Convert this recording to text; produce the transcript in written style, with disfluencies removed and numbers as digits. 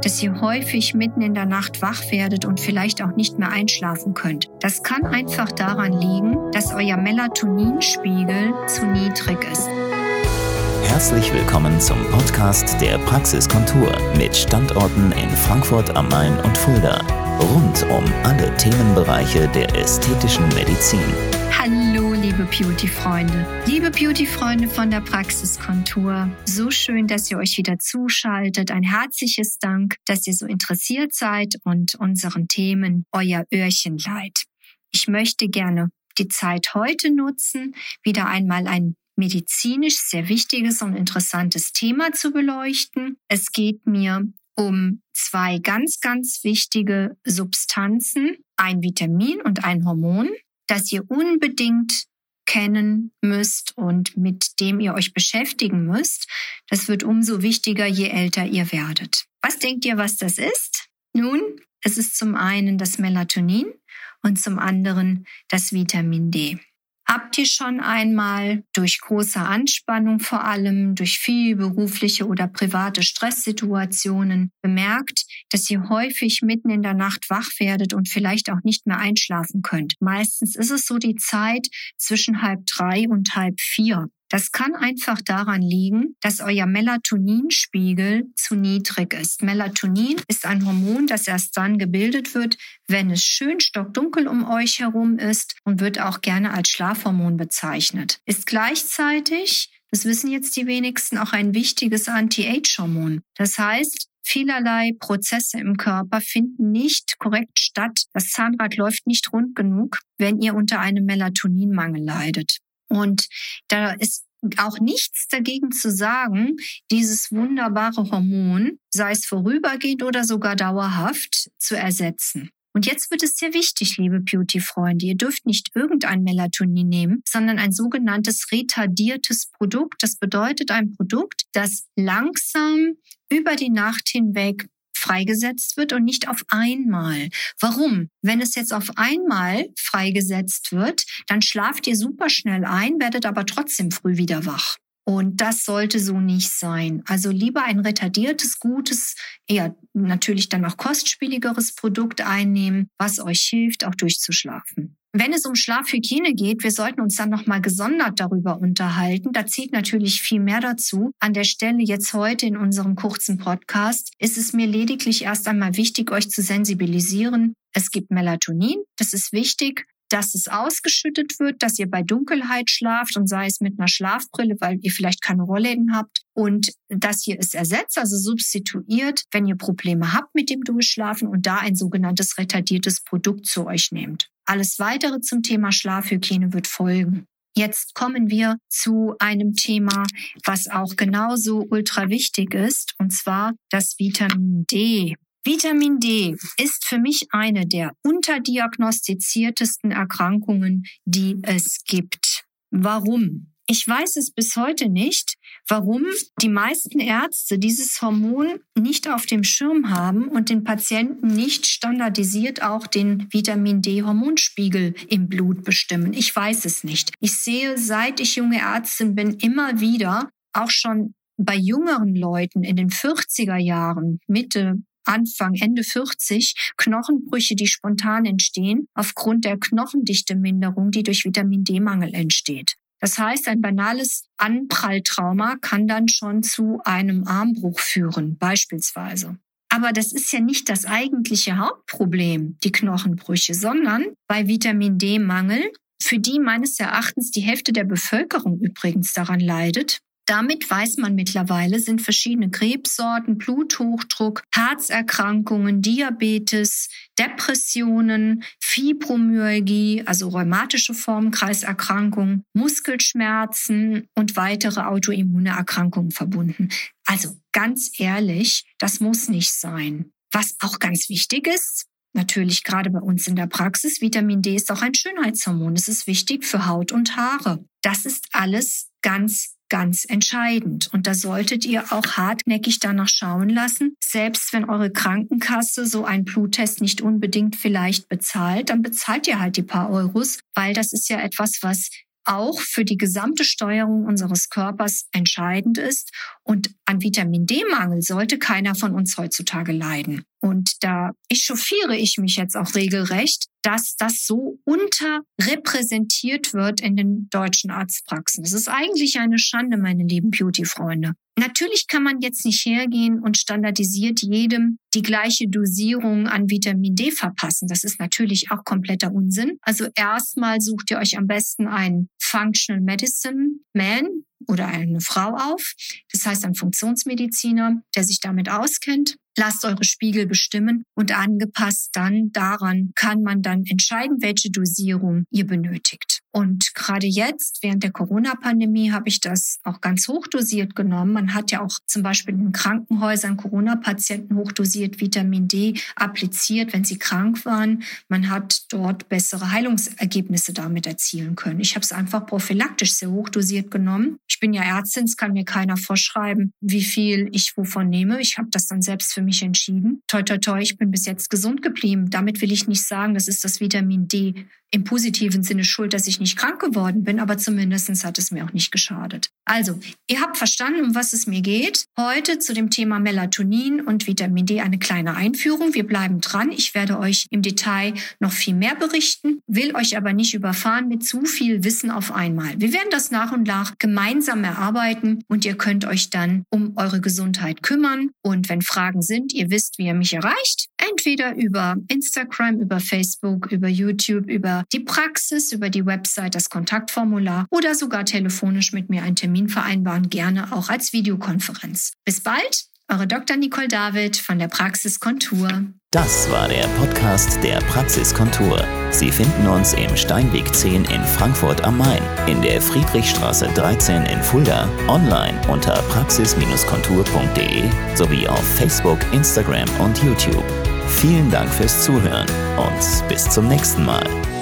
dass ihr häufig mitten in der Nacht wach werdet und vielleicht auch nicht mehr einschlafen könnt. Das kann einfach daran liegen, dass euer Melatoninspiegel zu niedrig ist. Herzlich willkommen zum Podcast der Praxiskontur mit Standorten in Frankfurt am Main und Fulda. Rund um alle Themenbereiche der ästhetischen Medizin. Hallo, liebe Beauty-Freunde. Liebe Beauty-Freunde von der Praxiskontur, so schön, dass ihr euch wieder zuschaltet. Ein herzliches Dank, dass ihr so interessiert seid und unseren Themen euer Öhrchen leiht. Ich möchte gerne die Zeit heute nutzen, wieder einmal ein medizinisch sehr wichtiges und interessantes Thema zu beleuchten. Es geht mir um zwei ganz, ganz wichtige Substanzen, ein Vitamin und ein Hormon, das ihr unbedingt kennen müsst und mit dem ihr euch beschäftigen müsst. Das wird umso wichtiger, je älter ihr werdet. Was denkt ihr, was das ist? Nun, es ist zum einen das Melatonin und zum anderen das Vitamin D. Habt ihr schon einmal durch große Anspannung, vor allem durch viel berufliche oder private Stresssituationen, bemerkt, dass ihr häufig mitten in der Nacht wach werdet und vielleicht auch nicht mehr einschlafen könnt? Meistens ist es so die Zeit zwischen 2:30 und 3:30. Das kann einfach daran liegen, dass euer Melatoninspiegel zu niedrig ist. Melatonin ist ein Hormon, das erst dann gebildet wird, wenn es schön stockdunkel um euch herum ist und wird auch gerne als Schlafhormon bezeichnet. Ist gleichzeitig, das wissen jetzt die wenigsten, auch ein wichtiges Anti-Age-Hormon. Das heißt, vielerlei Prozesse im Körper finden nicht korrekt statt. Das Zahnrad läuft nicht rund genug, wenn ihr unter einem Melatoninmangel leidet. Und da ist auch nichts dagegen zu sagen, dieses wunderbare Hormon, sei es vorübergehend oder sogar dauerhaft, zu ersetzen. Und jetzt wird es sehr wichtig, liebe Beauty-Freunde. Ihr dürft nicht irgendein Melatonin nehmen, sondern ein sogenanntes retardiertes Produkt. Das bedeutet ein Produkt, das langsam über die Nacht hinweg freigesetzt wird und nicht auf einmal. Warum? Wenn es jetzt auf einmal freigesetzt wird, dann schlaft ihr super schnell ein, werdet aber trotzdem früh wieder wach. Und das sollte so nicht sein. Also lieber ein retardiertes, gutes, eher natürlich dann auch kostspieligeres Produkt einnehmen, was euch hilft, auch durchzuschlafen. Wenn es um Schlafhygiene geht, wir sollten uns dann nochmal gesondert darüber unterhalten. Da zählt natürlich viel mehr dazu. An der Stelle jetzt heute in unserem kurzen Podcast ist es mir lediglich erst einmal wichtig, euch zu sensibilisieren. Es gibt Melatonin, das ist wichtig, dass es ausgeschüttet wird, dass ihr bei Dunkelheit schlaft und sei es mit einer Schlafbrille, weil ihr vielleicht keine Rollläden habt und dass ihr es ersetzt, also substituiert, wenn ihr Probleme habt mit dem Durchschlafen und da ein sogenanntes retardiertes Produkt zu euch nehmt. Alles Weitere zum Thema Schlafhygiene wird folgen. Jetzt kommen wir zu einem Thema, was auch genauso ultra wichtig ist, und zwar das Vitamin D. Vitamin D ist für mich eine der unterdiagnostiziertesten Erkrankungen, die es gibt. Warum? Ich weiß es bis heute nicht, warum die meisten Ärzte dieses Hormon nicht auf dem Schirm haben und den Patienten nicht standardisiert auch den Vitamin-D-Hormonspiegel im Blut bestimmen. Ich weiß es nicht. Ich sehe, seit ich junge Ärztin bin, immer wieder, auch schon bei jüngeren Leuten in den 40er Jahren, Anfang, Ende 40, Knochenbrüche, die spontan entstehen, aufgrund der Knochendichteminderung, die durch Vitamin-D-Mangel entsteht. Das heißt, ein banales Anpralltrauma kann dann schon zu einem Armbruch führen, beispielsweise. Aber das ist ja nicht das eigentliche Hauptproblem, die Knochenbrüche, sondern bei Vitamin-D-Mangel, für die meines Erachtens die Hälfte der Bevölkerung übrigens daran leidet. Damit weiß man mittlerweile, sind verschiedene Krebssorten, Bluthochdruck, Herzerkrankungen, Diabetes, Depressionen, Fibromyalgie, also rheumatische Formenkreiserkrankungen, Muskelschmerzen und weitere autoimmune Erkrankungen verbunden. Also ganz ehrlich, das muss nicht sein. Was auch ganz wichtig ist, natürlich gerade bei uns in der Praxis, Vitamin D ist auch ein Schönheitshormon. Es ist wichtig für Haut und Haare. Das ist alles ganz entscheidend. Und da solltet ihr auch hartnäckig danach schauen lassen. Selbst wenn eure Krankenkasse so einen Bluttest nicht unbedingt vielleicht bezahlt, dann bezahlt ihr halt die paar Euros, weil das ist ja etwas, was auch für die gesamte Steuerung unseres Körpers entscheidend ist. Und an Vitamin D-Mangel sollte keiner von uns heutzutage leiden. Und da echauffiere ich mich jetzt auch regelrecht, dass das so unterrepräsentiert wird in den deutschen Arztpraxen. Das ist eigentlich eine Schande, meine lieben Beauty-Freunde. Natürlich kann man jetzt nicht hergehen und standardisiert jedem die gleiche Dosierung an Vitamin D verpassen. Das ist natürlich auch kompletter Unsinn. Also erstmal sucht ihr euch am besten einen Functional Medicine Man oder eine Frau auf. Das heißt ein Funktionsmediziner, der sich damit auskennt. Lasst eure Spiegel bestimmen und angepasst dann daran kann man dann entscheiden, welche Dosierung ihr benötigt. Und gerade jetzt, während der Corona-Pandemie, habe ich das auch ganz hochdosiert genommen. Man hat ja auch zum Beispiel in Krankenhäusern Corona-Patienten hochdosiert Vitamin D appliziert, wenn sie krank waren. Man hat dort bessere Heilungsergebnisse damit erzielen können. Ich habe es einfach prophylaktisch sehr hochdosiert genommen. Ich bin ja Ärztin, es kann mir keiner vorschreiben, wie viel ich wovon nehme. Ich habe das dann selbst für mich entschieden. Toi, toi, toi, ich bin bis jetzt gesund geblieben. Damit will ich nicht sagen, das ist das Vitamin D im positiven Sinne schuld, dass ich nicht krank geworden bin, aber zumindest hat es mir auch nicht geschadet. Also, ihr habt verstanden, um was es mir geht. Heute zu dem Thema Melatonin und Vitamin D eine kleine Einführung. Wir bleiben dran. Ich werde euch im Detail noch viel mehr berichten, will euch aber nicht überfahren mit zu viel Wissen auf einmal. Wir werden das nach und nach gemeinsam erarbeiten und ihr könnt euch dann um eure Gesundheit kümmern. Und wenn Fragen sind, ihr wisst, wie ihr mich erreicht. Entweder über Instagram, über Facebook, über YouTube, über die Praxis, über die Website, das Kontaktformular oder sogar telefonisch mit mir einen Termin vereinbaren, gerne auch als Videokonferenz. Bis bald, eure Dr. Nicole David von der Praxis Kontur. Das war der Podcast der Praxis Kontur. Sie finden uns im Steinweg 10 in Frankfurt am Main, in der Friedrichstraße 13 in Fulda, online unter praxis-kontur.de sowie auf Facebook, Instagram und YouTube. Vielen Dank fürs Zuhören und bis zum nächsten Mal.